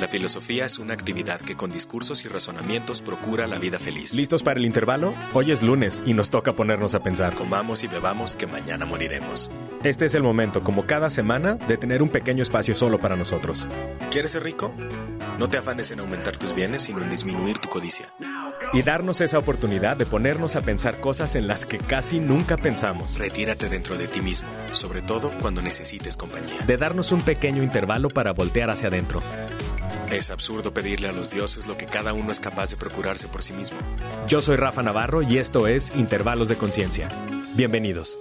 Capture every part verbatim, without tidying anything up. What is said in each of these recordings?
La filosofía es una actividad que con discursos y razonamientos procura la vida feliz. ¿Listos para el intervalo? Hoy es lunes y nos toca ponernos a pensar. Comamos y bebamos que mañana moriremos. Este es el momento, como cada semana, de tener un pequeño espacio solo para nosotros. ¿Quieres ser rico? No te afanes en aumentar tus bienes, sino en disminuir tu codicia. Y darnos esa oportunidad de ponernos a pensar cosas en las que casi nunca pensamos. Retírate dentro de ti mismo, sobre todo cuando necesites compañía. De darnos un pequeño intervalo para voltear hacia adentro. Es absurdo pedirle a los dioses lo que cada uno es capaz de procurarse por sí mismo. Yo soy Rafa Navarro y esto es Intervalos de Conciencia. Bienvenidos.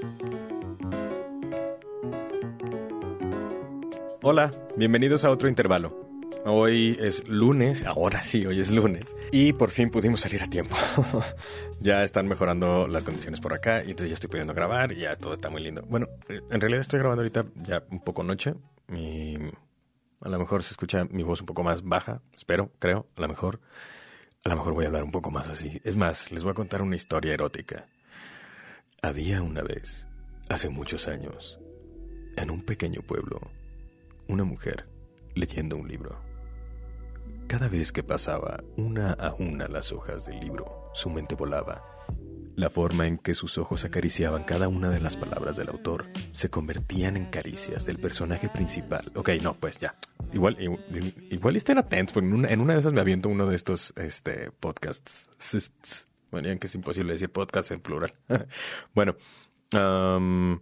Hola, bienvenidos a otro intervalo. Hoy es lunes, ahora sí, hoy es lunes. Y por fin pudimos salir a tiempo. Ya están mejorando las condiciones por acá y entonces ya estoy pudiendo grabar y ya todo está muy lindo. Bueno, en realidad estoy grabando ahorita ya un poco noche. Y a lo mejor se escucha mi voz un poco más baja, espero, creo, a lo mejor. A lo mejor voy a hablar un poco más así. Es más, les voy a contar una historia erótica. Había una vez, hace muchos años, en un pequeño pueblo, una mujer leyendo un libro. Cada vez que pasaba una a una las hojas del libro, su mente volaba. La forma en que sus ojos acariciaban cada una de las palabras del autor se convertían en caricias del personaje principal. Ok, no, pues ya. Igual, igual, igual estén atentos, porque en una, en una de esas me aviento uno de estos este, podcasts. Bueno, ya que es imposible decir podcast en plural. Bueno, um,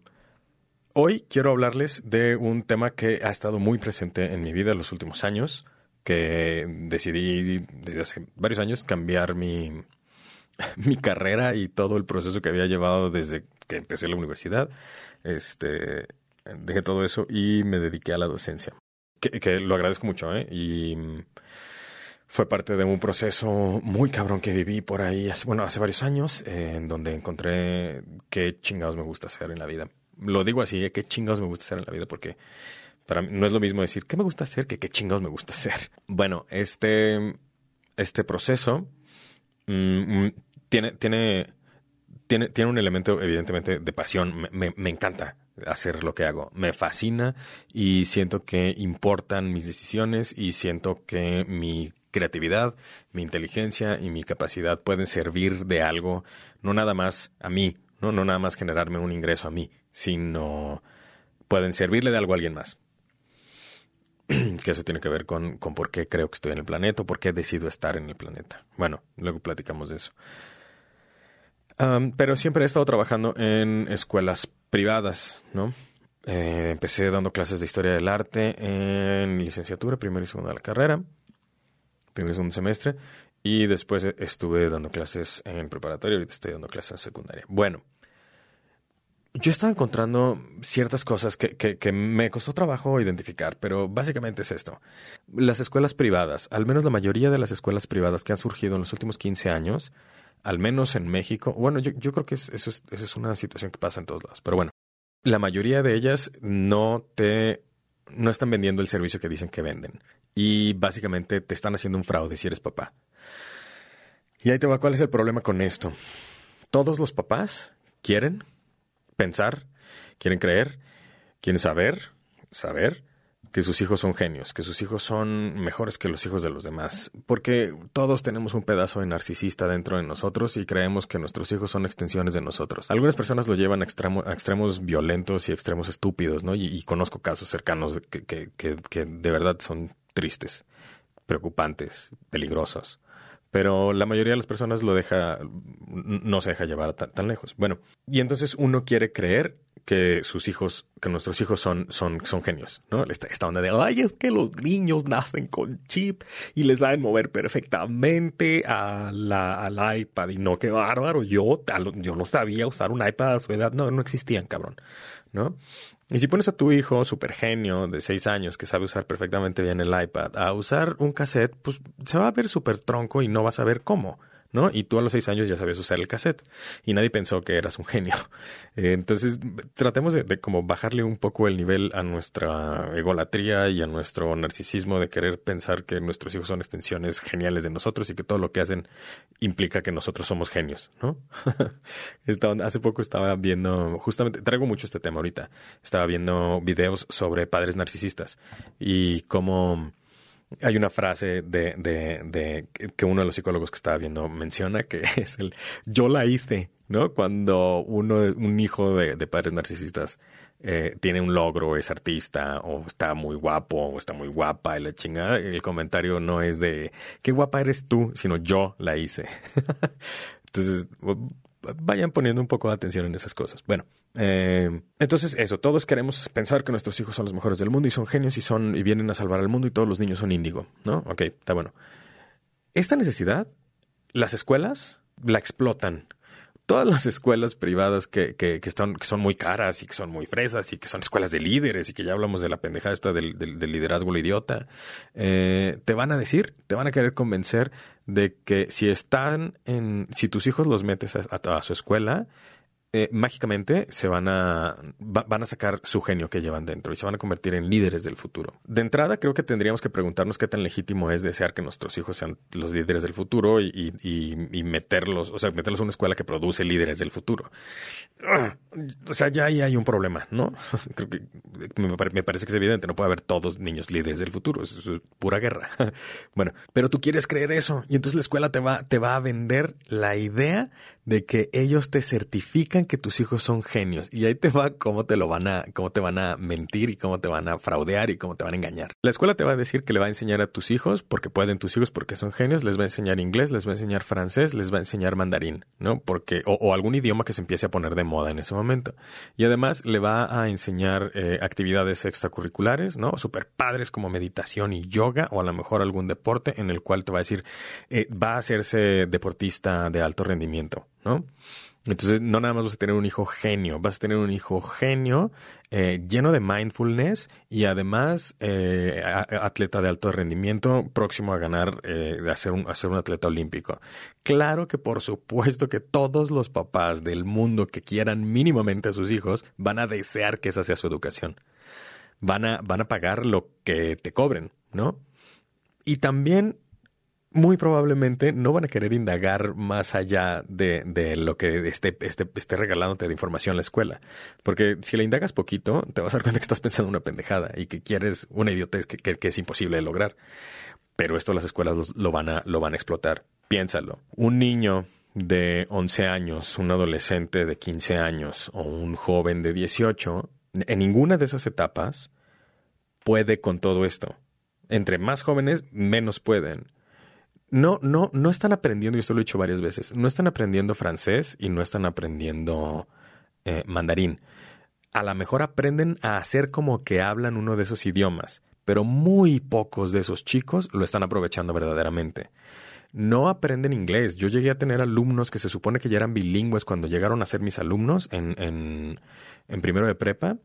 hoy quiero hablarles de un tema que ha estado muy presente en mi vida en los últimos años, que decidí desde hace varios años cambiar mi, mi carrera y todo el proceso que había llevado desde que empecé la universidad. Este, dejé todo eso y me dediqué a la docencia, que, que lo agradezco mucho, ¿eh? Y fue parte de un proceso muy cabrón que viví por ahí, hace, bueno, hace varios años, eh, en donde encontré qué chingados me gusta hacer en la vida. Lo digo así, ¿eh? Qué chingados me gusta hacer en la vida, porque para mí no es lo mismo decir qué me gusta hacer que qué chingados me gusta hacer. Bueno, este, este proceso mmm, tiene, tiene, tiene, tiene un elemento evidentemente de pasión. Me, me, me encanta hacer lo que hago. Me fascina y siento que importan mis decisiones y siento que mi creatividad, mi inteligencia y mi capacidad pueden servir de algo, no nada más a mí, no, no nada más generarme un ingreso a mí, sino pueden servirle de algo a alguien más. Que eso tiene que ver con, con por qué creo que estoy en el planeta o por qué decido estar en el planeta. Bueno, luego platicamos de eso. Um, pero siempre he estado trabajando en escuelas privadas, ¿no? Eh, empecé dando clases de historia del arte en licenciatura, primero y segundo de la carrera, primer y segundo semestre, y después estuve dando clases en preparatoria, ahorita estoy dando clases en secundaria. Bueno, yo estaba encontrando ciertas cosas que, que, que me costó trabajo identificar, pero básicamente es esto. Las escuelas privadas, al menos la mayoría de las escuelas privadas que han surgido en los últimos quince años, al menos en México, bueno, yo, yo creo que es, eso, es, eso es una situación que pasa en todos lados, pero bueno, la mayoría de ellas no te, no están vendiendo el servicio que dicen que venden y básicamente te están haciendo un fraude si eres papá. Y ahí te va, ¿cuál es el problema con esto? Todos los papás quieren pensar, quieren creer, quieren saber, saber que sus hijos son genios, que sus hijos son mejores que los hijos de los demás, porque todos tenemos un pedazo de narcisista dentro de nosotros y creemos que nuestros hijos son extensiones de nosotros. Algunas personas lo llevan a, extremo, a extremos violentos y extremos estúpidos, ¿no? Y, y conozco casos cercanos que, que, que, que de verdad son tristes, preocupantes, peligrosos. Pero la mayoría de las personas lo deja, no se deja llevar tan, tan lejos. Bueno, y entonces uno quiere creer que sus hijos, que nuestros hijos son, son, son genios, ¿no? Esta, esta onda de, ay, es que los niños nacen con chip y les saben mover perfectamente a la, al iPad. Y no, qué bárbaro, yo, yo no sabía usar un iPad a su edad. No, no existían, cabrón, ¿no? Y si pones a tu hijo súper genio de seis años que sabe usar perfectamente bien el iPad a usar un cassette, pues se va a ver súper tronco y no vas a saber cómo, ¿no? Y tú a los seis años ya sabías usar el cassette y nadie pensó que eras un genio. Eh, entonces, tratemos de, de como bajarle un poco el nivel a nuestra egolatría y a nuestro narcisismo de querer pensar que nuestros hijos son extensiones geniales de nosotros y que todo lo que hacen implica que nosotros somos genios, ¿no? Hace poco estaba viendo, justamente, traigo mucho este tema ahorita, estaba viendo videos sobre padres narcisistas y cómo Hay una frase de, de, de que uno de los psicólogos que estaba viendo menciona, que es el yo la hice, ¿no? Cuando uno, un hijo de, de padres narcisistas eh, tiene un logro, es artista, o está muy guapo, o está muy guapa, y la chingada, el comentario no es de qué guapa eres tú, sino yo la hice. Entonces, vayan poniendo un poco de atención en esas cosas. Bueno, eh, entonces eso, todos queremos pensar que nuestros hijos son los mejores del mundo y son genios y son y vienen a salvar al mundo y todos los niños son índigo, ¿no? Ok, está bueno. Esta necesidad, las escuelas la explotan. Todas las escuelas privadas que, que, que, están, que son muy caras y que son muy fresas y que son escuelas de líderes y que ya hablamos de la pendejada esta del, del, del liderazgo lo idiota, eh, te van a decir, te van a querer convencer de que si están en, si tus hijos los metes a, a, a su escuela, eh, mágicamente se van a, va, van a sacar su genio que llevan dentro y se van a convertir en líderes del futuro. De entrada, creo que tendríamos que preguntarnos qué tan legítimo es desear que nuestros hijos sean los líderes del futuro y, y, y, y meterlos, o sea, meterlos a una escuela que produce líderes del futuro. O sea, ya ahí hay un problema, ¿no? Creo que me, me parece que es evidente, no puede haber todos niños líderes del futuro, eso es pura guerra. Bueno, pero tú quieres creer eso y entonces la escuela te va, te va a vender la idea de que ellos te certifican que tus hijos son genios y ahí te va cómo te lo van a, cómo te van a mentir y cómo te van a fraudear y cómo te van a engañar. La escuela te va a decir que le va a enseñar a tus hijos, porque pueden tus hijos, porque son genios, les va a enseñar inglés, les va a enseñar francés, les va a enseñar mandarín, ¿no? Porque, o, o algún idioma que se empiece a poner de moda en ese momento. Y además le va a enseñar eh, actividades extracurriculares, ¿no? Super padres como meditación y yoga, o a lo mejor algún deporte en el cual te va a decir, eh, va a hacerse deportista de alto rendimiento, ¿no? Entonces, no nada más vas a tener un hijo genio, vas a tener un hijo genio eh, lleno de mindfulness y además eh, atleta de alto rendimiento, próximo a ganar, eh, a, ser un, a ser un atleta olímpico. Claro que por supuesto que todos los papás del mundo que quieran mínimamente a sus hijos van a desear que esa sea su educación. Van a, van a pagar lo que te cobren, ¿no? Y también muy probablemente no van a querer indagar más allá de, de lo que esté, esté, esté regalándote de información la escuela. Porque si le indagas poquito, te vas a dar cuenta que estás pensando una pendejada y que quieres una idiotez que, que, que es imposible de lograr. Pero esto las escuelas lo van a, lo van a explotar. Piénsalo. Un niño de once años, un adolescente de quince años o un joven de dieciocho, en ninguna de esas etapas puede con todo esto. Entre más jóvenes, menos pueden. No, no, no están aprendiendo, y esto lo he dicho varias veces, no están aprendiendo francés y no están aprendiendo eh, mandarín. A lo mejor aprenden a hacer como que hablan uno de esos idiomas, pero muy pocos de esos chicos lo están aprovechando verdaderamente. No aprenden inglés. Yo llegué a tener alumnos que se supone que ya eran bilingües cuando llegaron a ser mis alumnos en, en, en primero de prepa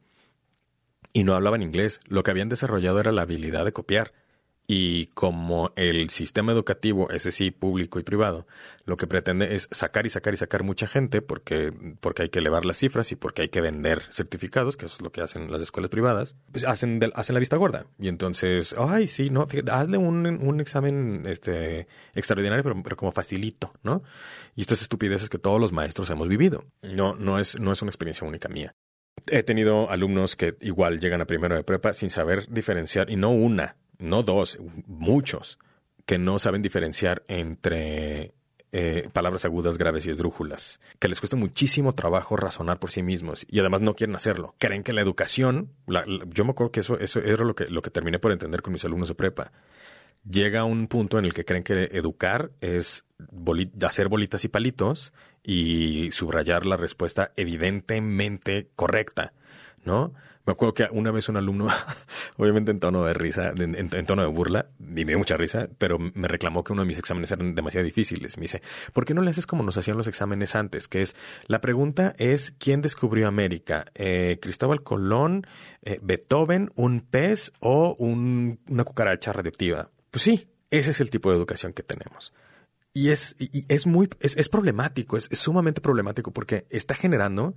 y no hablaban inglés. Lo que habían desarrollado era la habilidad de copiar. Y como el sistema educativo, ese sí, público y privado, lo que pretende es sacar y sacar y sacar mucha gente porque, porque hay que elevar las cifras y porque hay que vender certificados, que eso es lo que hacen las escuelas privadas, pues hacen, de, hacen la vista gorda. Y entonces, ay, sí, no, fíjate, hazle un, un examen este, extraordinario, pero, pero como facilito, ¿no? Y estas estupideces que todos los maestros hemos vivido. No, no es, no es una experiencia única mía. He tenido alumnos que igual llegan a primero de prepa sin saber diferenciar, y no una, no dos, muchos, que no saben diferenciar entre eh, palabras agudas, graves y esdrújulas, que les cuesta muchísimo trabajo razonar por sí mismos y además no quieren hacerlo. Creen que la educación, la, la, yo me acuerdo que eso, eso era lo que, lo que terminé por entender con mis alumnos de prepa. Llega un punto en el que creen que educar es boli- hacer bolitas y palitos y subrayar la respuesta evidentemente correcta, ¿no? Me acuerdo que una vez un alumno, obviamente en tono de risa, en, en, en tono de burla, y me dio mucha risa, pero me reclamó que uno de mis exámenes eran demasiado difíciles. Me dice, ¿por qué no le haces como nos hacían los exámenes antes? Que es, la pregunta es, ¿quién descubrió América? Eh, ¿Cristóbal Colón, eh, Beethoven, un pez o un, una cucaracha radioactiva? Pues sí, ese es el tipo de educación que tenemos. Y es, y es muy, es, es problemático, es, es sumamente problemático porque está generando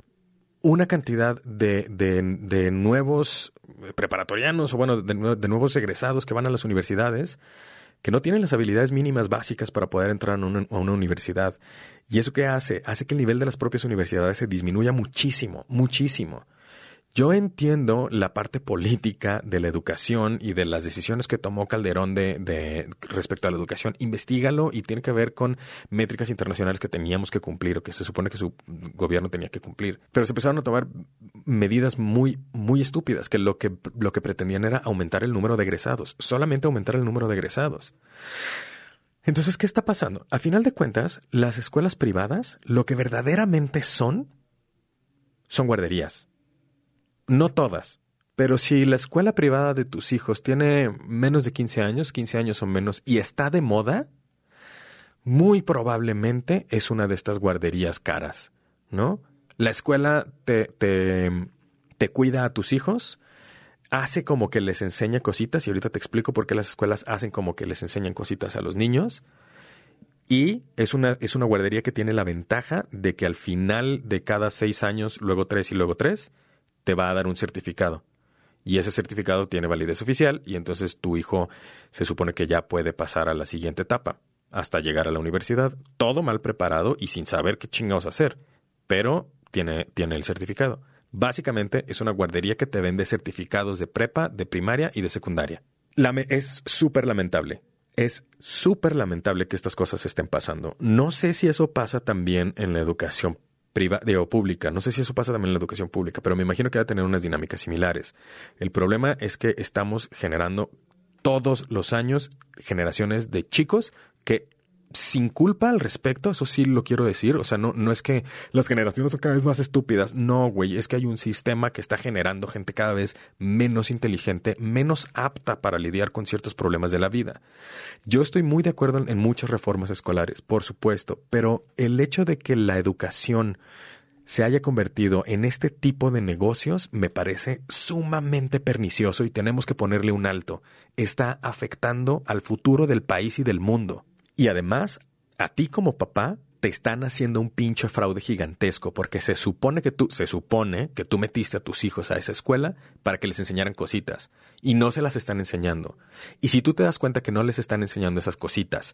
una cantidad de, de, de nuevos preparatorianos o bueno, de, de nuevos egresados que van a las universidades que no tienen las habilidades mínimas básicas para poder entrar a una, a una universidad. ¿Y eso qué hace? Hace que el nivel de las propias universidades se disminuya muchísimo, muchísimo. Yo entiendo la parte política de la educación y de las decisiones que tomó Calderón de, de respecto a la educación. Investígalo y tiene que ver con métricas internacionales que teníamos que cumplir o que se supone que su gobierno tenía que cumplir. Pero se empezaron a tomar medidas muy, muy estúpidas que lo que, lo que pretendían era aumentar el número de egresados. Solamente aumentar el número de egresados. Entonces, ¿qué está pasando? A final de cuentas, las escuelas privadas lo que verdaderamente son, son guarderías. No todas, pero si la escuela privada de tus hijos tiene menos de quince años, quince años o menos, y está de moda, muy probablemente es una de estas guarderías caras, ¿no? La escuela te, te, te cuida a tus hijos, hace como que les enseña cositas, y ahorita te explico por qué las escuelas hacen como que les enseñan cositas a los niños. Y es una, es una guardería que tiene la ventaja de que al final de cada seis años, luego tres y luego tres, te va a dar un certificado. Y ese certificado tiene validez oficial y entonces tu hijo se supone que ya puede pasar a la siguiente etapa, hasta llegar a la universidad, todo mal preparado y sin saber qué chingados hacer, pero tiene, tiene el certificado. Básicamente es una guardería que te vende certificados de prepa, de primaria y de secundaria. Lame- es súper lamentable. Es súper lamentable que estas cosas estén pasando. No sé si eso pasa también en la educación privada o pública. No sé si eso pasa también en la educación pública, pero me imagino que va a tener unas dinámicas similares. El problema es que estamos generando todos los años generaciones de chicos que sin culpa al respecto, eso sí lo quiero decir, o sea, no, no es que las generaciones son cada vez más estúpidas, no, güey, es que hay un sistema que está generando gente cada vez menos inteligente, menos apta para lidiar con ciertos problemas de la vida. Yo estoy muy de acuerdo en, en muchas reformas escolares, por supuesto, pero el hecho de que la educación se haya convertido en este tipo de negocios me parece sumamente pernicioso y tenemos que ponerle un alto. Está afectando al futuro del país y del mundo. Y además, a ti como papá te están haciendo un pinche fraude gigantesco porque se supone que tú, se supone que tú metiste a tus hijos a esa escuela para que les enseñaran cositas y no se las están enseñando. Y si tú te das cuenta que no les están enseñando esas cositas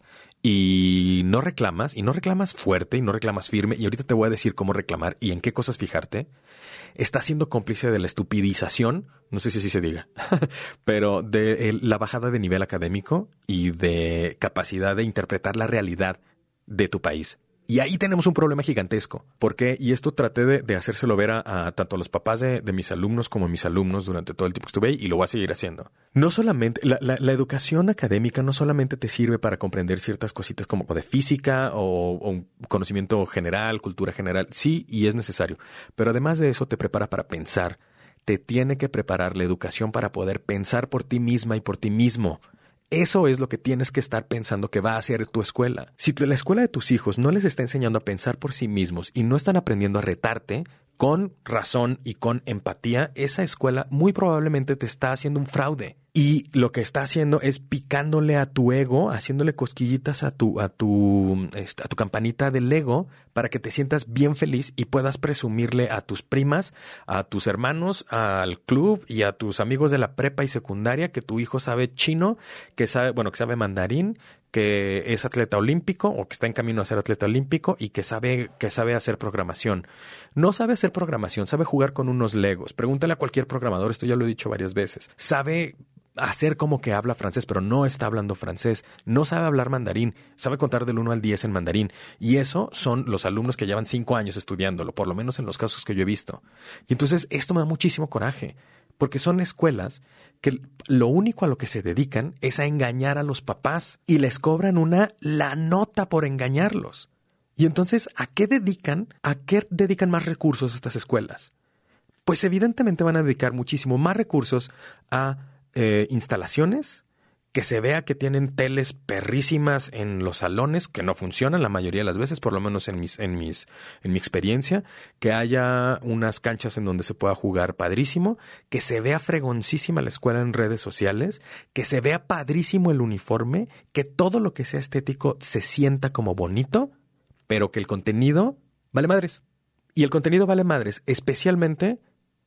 y no reclamas, y no reclamas fuerte y no reclamas firme, y ahorita te voy a decir cómo reclamar y en qué cosas fijarte, estás siendo cómplice de la estupidización, no sé si así se diga, pero de el, la bajada de nivel académico y de capacidad de interpretar la realidad de tu país. Y ahí tenemos un problema gigantesco. ¿Por qué? Y esto traté de, de hacérselo ver a, a tanto a los papás de, de mis alumnos como a mis alumnos durante todo el tiempo que estuve ahí, y lo voy a seguir haciendo. No solamente, la, la, la educación académica no solamente te sirve para comprender ciertas cositas como de física o, o un conocimiento general, cultura general. Sí, y es necesario. Pero además de eso te prepara para pensar. Te tiene que preparar la educación para poder pensar por ti misma y por ti mismo. Eso es lo que tienes que estar pensando que va a hacer tu escuela. Si la escuela de tus hijos no les está enseñando a pensar por sí mismos y no están aprendiendo a retarte con razón y con empatía, esa escuela muy probablemente te está haciendo un fraude. Y lo que está haciendo es picándole a tu ego, haciéndole cosquillitas a tu, a tu, a tu campanita del ego para que te sientas bien feliz y puedas presumirle a tus primas, a tus hermanos, al club y a tus amigos de la prepa y secundaria que tu hijo sabe chino, que sabe, bueno, que sabe mandarín, que es atleta olímpico o que está en camino a ser atleta olímpico y que sabe, que sabe hacer programación. No sabe hacer programación, sabe jugar con unos legos. Pregúntale a cualquier programador, esto ya lo he dicho varias veces. Sabe hacer como que habla francés, pero no está hablando francés. No sabe hablar mandarín, sabe contar del uno al diez en mandarín. Y eso son los alumnos que llevan cinco años estudiándolo, por lo menos en los casos que yo he visto. Y entonces esto me da muchísimo coraje, porque son escuelas que lo único a lo que se dedican es a engañar a los papás y les cobran una la nota por engañarlos. Y entonces, ¿a qué dedican? ¿A qué dedican más recursos estas escuelas? Pues evidentemente van a dedicar muchísimo más recursos a eh, instalaciones, que se vea que tienen teles perrísimas en los salones, que no funcionan la mayoría de las veces, por lo menos en mis, en mis, en mi experiencia, que haya unas canchas en donde se pueda jugar padrísimo, que se vea fregoncísima la escuela en redes sociales, que se vea padrísimo el uniforme, que todo lo que sea estético se sienta como bonito, pero que el contenido vale madres. Y el contenido vale madres, especialmente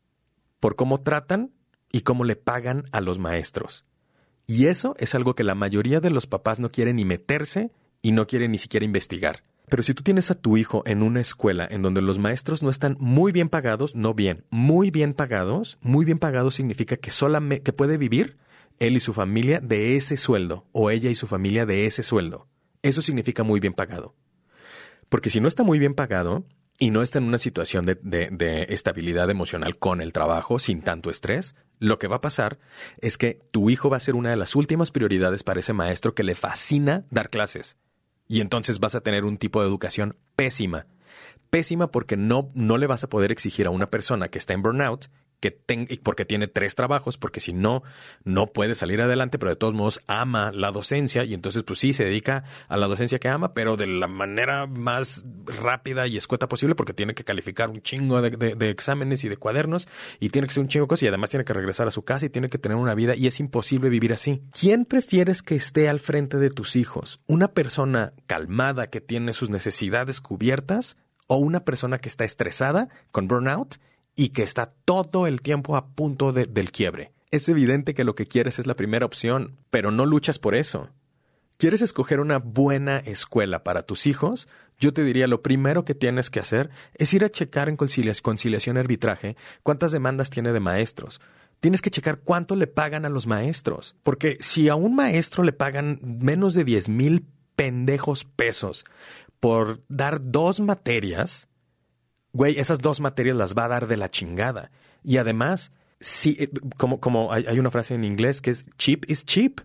por cómo tratan y cómo le pagan a los maestros. Y eso es algo que la mayoría de los papás no quieren ni meterse y no quieren ni siquiera investigar. Pero si tú tienes a tu hijo en una escuela en donde los maestros no están muy bien pagados, no bien, muy bien pagados, muy bien pagados significa que solamente que puede vivir él y su familia de ese sueldo, o ella y su familia de ese sueldo. Eso significa muy bien pagado. Porque si no está muy bien pagado y no está en una situación de, de, de estabilidad emocional con el trabajo, sin tanto estrés, lo que va a pasar es que tu hijo va a ser una de las últimas prioridades para ese maestro que le fascina dar clases. Y entonces vas a tener un tipo de educación pésima. Pésima porque no, no le vas a poder exigir a una persona que está en burnout, que ten, porque tiene tres trabajos, porque si no, no puede salir adelante, pero de todos modos ama la docencia y entonces pues sí, se dedica a la docencia que ama, pero de la manera más rápida y escueta posible porque tiene que calificar un chingo de, de, de exámenes y de cuadernos y tiene que ser un chingo de cosas y además tiene que regresar a su casa y tiene que tener una vida y es imposible vivir así. ¿Quién prefieres que esté al frente de tus hijos? ¿Una persona calmada que tiene sus necesidades cubiertas o una persona que está estresada con burnout y que está todo el tiempo a punto de, del quiebre? Es evidente que lo que quieres es la primera opción, pero no luchas por eso. ¿Quieres escoger una buena escuela para tus hijos? Yo te diría lo primero que tienes que hacer es ir a checar en conciliación, conciliación y arbitraje cuántas demandas tiene de maestros. Tienes que checar cuánto le pagan a los maestros, porque si a un maestro le pagan menos de diez mil pendejos pesos por dar dos materias, güey, esas dos materias las va a dar de la chingada. Y además, si, como, como hay, hay una frase en inglés que es cheap is cheap.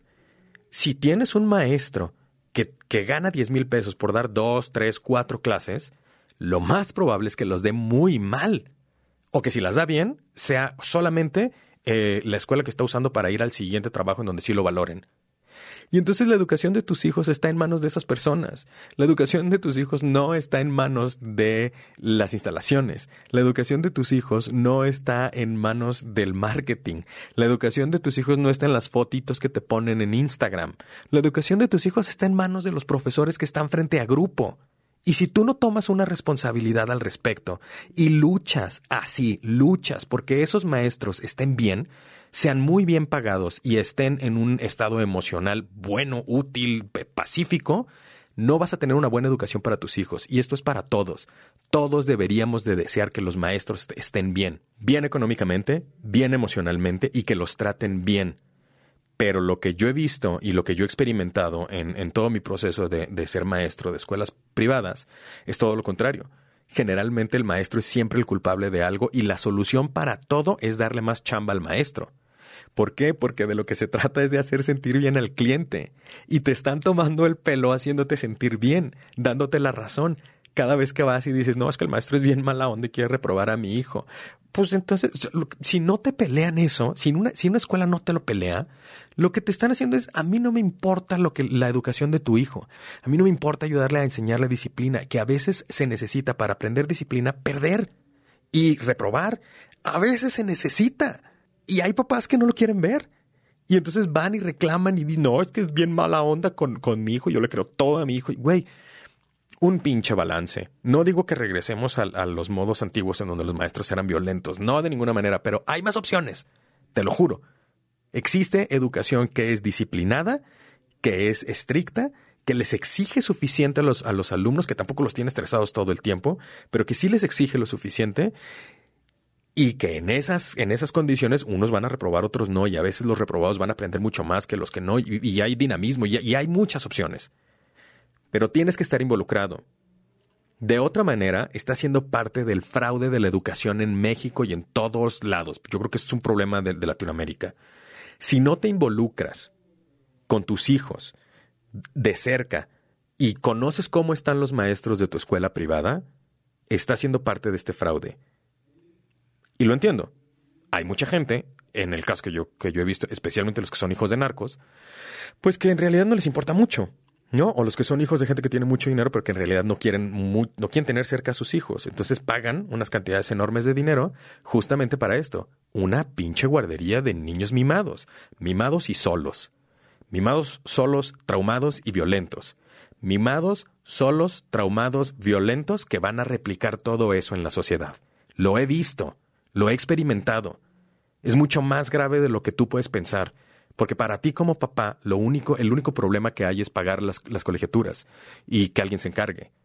Si tienes un maestro que, que gana diez mil pesos por dar dos, tres, cuatro clases, lo más probable es que los dé muy mal. O que si las da bien, sea solamente eh, la escuela que está usando para ir al siguiente trabajo en donde sí lo valoren. Y entonces la educación de tus hijos está en manos de esas personas. La educación de tus hijos no está en manos de las instalaciones. La educación de tus hijos no está en manos del marketing. La educación de tus hijos no está en las fotitos que te ponen en Instagram. La educación de tus hijos está en manos de los profesores que están frente a grupo. Y si tú no tomas una responsabilidad al respecto y luchas, así, luchas porque esos maestros estén bien, sean muy bien pagados y estén en un estado emocional bueno, útil, pacífico, no vas a tener una buena educación para tus hijos. Y esto es para todos. Todos deberíamos de desear que los maestros estén bien. Bien económicamente, bien emocionalmente y que los traten bien. Pero lo que yo he visto y lo que yo he experimentado en, en todo mi proceso de, de ser maestro de escuelas privadas es todo lo contrario. Generalmente el maestro es siempre el culpable de algo y la solución para todo es darle más chamba al maestro. ¿Por qué? Porque de lo que se trata es de hacer sentir bien al cliente. Y te están tomando el pelo haciéndote sentir bien, dándote la razón. Cada vez que vas y dices, no, es que el maestro es bien mala onda y quiere reprobar a mi hijo. Pues entonces, si no te pelean eso, si una, si una escuela no te lo pelea, lo que te están haciendo es, a mí no me importa lo que la educación de tu hijo. A mí no me importa ayudarle a enseñarle disciplina, que a veces se necesita para aprender disciplina, perder y reprobar. A veces se necesita. Y hay papás que no lo quieren ver. Y entonces van y reclaman y dicen, no, es que es bien mala onda con, con mi hijo. Yo le creo todo a mi hijo. Y, güey, un pinche balance. No digo que regresemos a, a los modos antiguos en donde los maestros eran violentos. No, de ninguna manera. Pero hay más opciones. Te lo juro. Existe educación que es disciplinada, que es estricta, que les exige suficiente a los, a los alumnos, que tampoco los tiene estresados todo el tiempo, pero que sí les exige lo suficiente. Y que en esas, en esas condiciones unos van a reprobar, otros no. Y a veces los reprobados van a aprender mucho más que los que no. Y, y hay dinamismo y, y hay muchas opciones. Pero tienes que estar involucrado. De otra manera, está siendo parte del fraude de la educación en México y en todos lados. Yo creo que esto es un problema de, de Latinoamérica. Si no te involucras con tus hijos de cerca y conoces cómo están los maestros de tu escuela privada, estás siendo parte de este fraude. Y lo entiendo. Hay mucha gente, en el caso que yo, que yo he visto, especialmente los que son hijos de narcos, pues que en realidad no les importa mucho, ¿no? O los que son hijos de gente que tiene mucho dinero, pero que en realidad no quieren, mu- no quieren tener cerca a sus hijos. Entonces pagan unas cantidades enormes de dinero justamente para esto. Una pinche guardería de niños mimados. Mimados y solos. Mimados, solos, traumados y violentos. Mimados, solos, traumados, violentos que van a replicar todo eso en la sociedad. Lo he visto. Lo he experimentado. Es mucho más grave de lo que tú puedes pensar. Porque para ti como papá, lo único, el único problema que hay es pagar las, las colegiaturas y que alguien se encargue.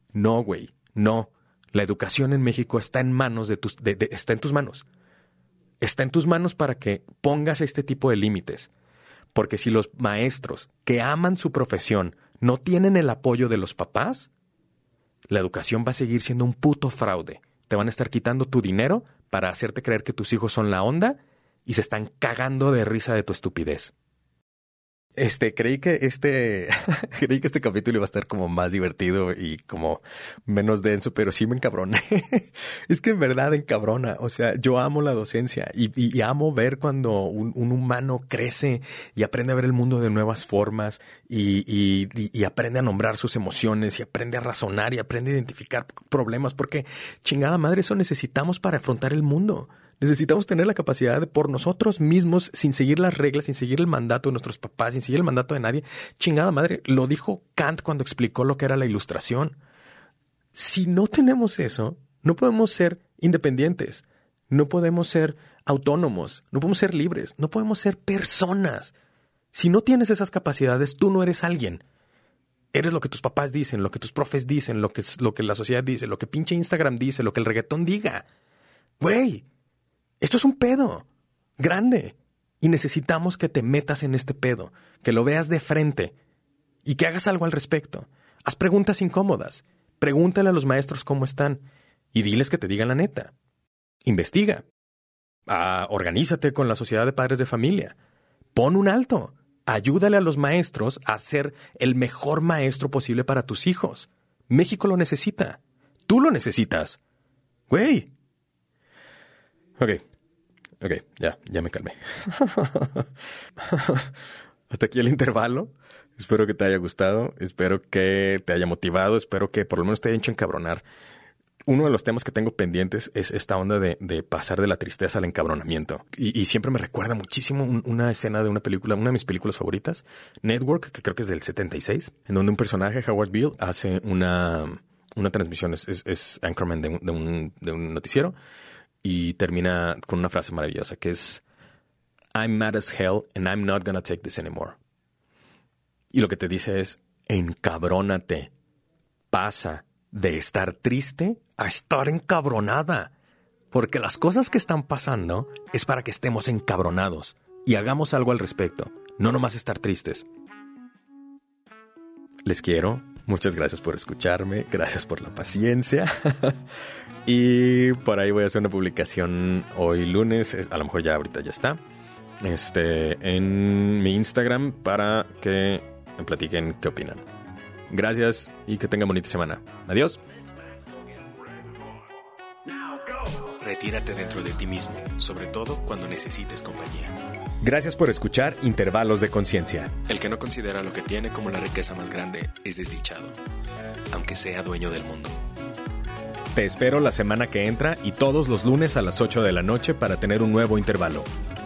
No, güey, no. La educación en México está en manos de tus, de, de, está en tus manos. Está en tus manos para que pongas este tipo de límites. Porque si los maestros que aman su profesión no tienen el apoyo de los papás, la educación va a seguir siendo un puto fraude. Te van a estar quitando tu dinero para hacerte creer que tus hijos son la onda y se están cagando de risa de tu estupidez. Este, creí que este, creí que este capítulo iba a estar como más divertido y como menos denso, pero sí me encabroné. Es que en verdad encabrona. O sea, yo amo la docencia y, y, y amo ver cuando un, un humano crece y aprende a ver el mundo de nuevas formas y, y, y, y aprende a nombrar sus emociones y aprende a razonar y aprende a identificar problemas, porque chingada madre, eso necesitamos para afrontar el mundo. Necesitamos tener la capacidad de por nosotros mismos, sin seguir las reglas, sin seguir el mandato de nuestros papás, sin seguir el mandato de nadie. Chingada madre, lo dijo Kant cuando explicó lo que era la Ilustración. Si no tenemos eso, no podemos ser independientes, no podemos ser autónomos, no podemos ser libres, no podemos ser personas. Si no tienes esas capacidades, tú no eres alguien. Eres lo que tus papás dicen, lo que tus profes dicen, lo que, lo que la sociedad dice, lo que pinche Instagram dice, lo que el reggaetón diga. Güey. Esto es un pedo grande y necesitamos que te metas en este pedo, que lo veas de frente y que hagas algo al respecto. Haz preguntas incómodas. Pregúntale a los maestros cómo están y diles que te digan la neta. Investiga. Ah, organízate con la sociedad de padres de familia. Pon un alto. Ayúdale a los maestros a ser el mejor maestro posible para tus hijos. México lo necesita. Tú lo necesitas. Güey. Ok, ok, ya, ya me calmé. Hasta aquí el intervalo. Espero que te haya gustado, espero que te haya motivado, espero que por lo menos te haya hecho encabronar. Uno de los temas que tengo pendientes es esta onda de, de pasar de la tristeza al encabronamiento. Y, y siempre me recuerda muchísimo un, una escena de una película, una de mis películas favoritas, Network, que creo que es del setenta y seis, en donde un personaje, Howard Beale, hace una, una transmisión, es, es, es anchorman de un, de, un, de un noticiero. Y termina con una frase maravillosa que es I'm mad as hell and I'm not gonna take this anymore. Y lo que te dice es encabrónate. Pasa de estar triste a estar encabronada. Porque las cosas que están pasando es para que estemos encabronados y hagamos algo al respecto. No nomás estar tristes. Les quiero. Muchas gracias por escucharme. Gracias por la paciencia. Y por ahí voy a hacer una publicación hoy lunes. A lo mejor ya ahorita ya está. Este, en mi Instagram para que me platiquen qué opinan. Gracias y que tengan bonita semana. Adiós. Retírate dentro de ti mismo, sobre todo cuando necesites compañía. Gracias por escuchar Intervalos de Conciencia. El que no considera lo que tiene como la riqueza más grande es desdichado, aunque sea dueño del mundo. Te espero la semana que entra y todos los lunes a las ocho de la noche para tener un nuevo intervalo.